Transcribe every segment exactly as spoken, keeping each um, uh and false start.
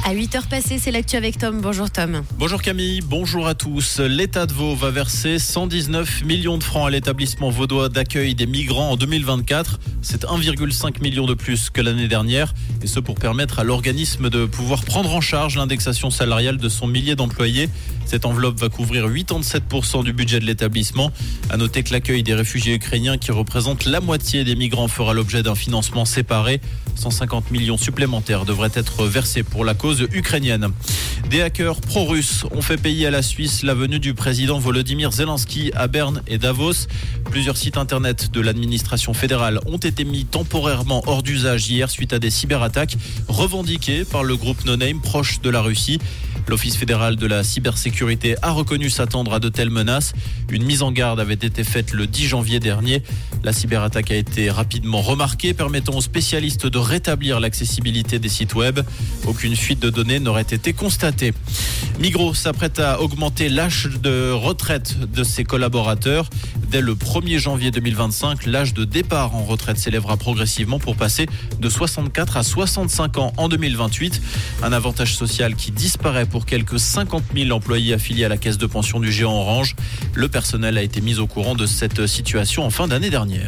À huit heures passées, c'est l'actu avec Tom. Bonjour Tom. Bonjour Camille, bonjour à tous. L'État de Vaud va verser cent dix-neuf millions de francs à l'établissement vaudois d'accueil des migrants en deux mille vingt-quatre. C'est un virgule cinq million de plus que l'année dernière. Et ce pour permettre à l'organisme de pouvoir prendre en charge l'indexation salariale de son millier d'employés. Cette enveloppe va couvrir quatre-vingt-dix-sept pour cent du budget de l'établissement. À noter que l'accueil des réfugiés ukrainiens, qui représente la moitié des migrants, fera l'objet d'un financement séparé. cent cinquante millions supplémentaires devraient être versés pour la cause ukrainienne. Des hackers pro-russes ont fait payer à la Suisse la venue du président Volodymyr Zelensky à Berne et Davos. Plusieurs sites internet de l'administration fédérale ont été mis temporairement hors d'usage hier suite à des cyberattaques revendiquées par le groupe No Name proche de la Russie. L'Office fédéral de la cybersécurité a reconnu s'attendre à de telles menaces. Une mise en garde avait été faite le dix janvier dernier. La cyberattaque a été rapidement remarquée, permettant aux spécialistes de rétablir l'accessibilité des sites web. Aucune fuite de données n'aurait été constatée. Migros s'apprête à augmenter l'âge de retraite de ses collaborateurs. Dès le premier janvier deux mille vingt-cinq, l'âge de départ en retraite s'élèvera progressivement pour passer de soixante-quatre à soixante-cinq ans en deux mille vingt-huit. Un avantage social qui disparaît pour quelques cinquante mille employés affiliés à la caisse de pension du géant Orange. Le personnel a été mis au courant de cette situation en fin d'année dernière.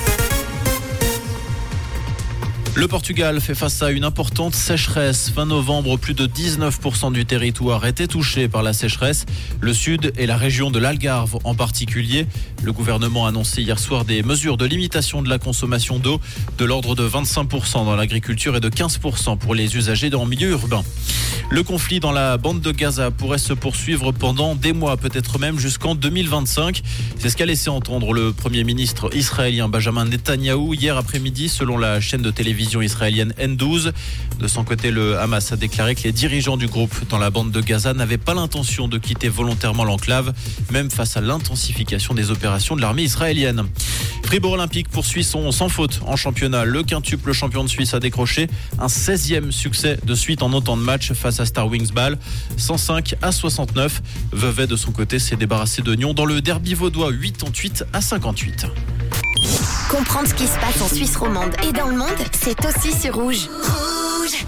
Le Portugal fait face à une importante sécheresse. Fin novembre, plus de dix-neuf pour cent du territoire était touché par la sécheresse. Le sud et la région de l'Algarve en particulier. Le gouvernement a annoncé hier soir des mesures de limitation de la consommation d'eau de l'ordre de vingt-cinq pour cent dans l'agriculture et de quinze pour cent pour les usagers en milieu urbain. Le conflit dans la bande de Gaza pourrait se poursuivre pendant des mois, peut-être même jusqu'en deux mille vingt-cinq. C'est ce qu'a laissé entendre le Premier ministre israélien Benjamin Netanyahou hier après-midi, selon la chaîne de télévision israélienne N douze. De son côté, le Hamas a déclaré que les dirigeants du groupe dans la bande de Gaza n'avaient pas l'intention de quitter volontairement l'enclave, même face à l'intensification des opérations de l'armée israélienne. Fribourg Olympique poursuit son sans faute en championnat. Le quintuple champion de Suisse a décroché un seizième succès de suite en autant de matchs face à Star Wings Bâle, cent cinq à soixante-neuf. Vevey, de son côté, s'est débarrassé de Nyon dans le derby vaudois, quatre-vingt-huit à cinquante-huit. Comprendre ce qui se passe en Suisse romande et dans le monde, c'est aussi sur Rouge. Rouge.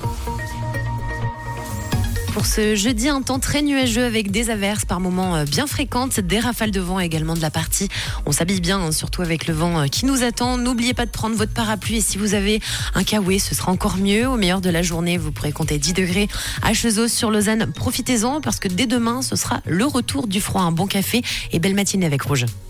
Pour ce jeudi, un temps très nuageux avec des averses par moments bien fréquentes, des rafales de vent également de la partie. On s'habille bien, hein, surtout avec le vent qui nous attend. N'oubliez pas de prendre votre parapluie et si vous avez un kawaii, ce sera encore mieux. Au meilleur de la journée, vous pourrez compter dix degrés à Cheseaux sur Lausanne. Profitez-en parce que dès demain, ce sera le retour du froid. Un bon café et belle matinée avec Rouge.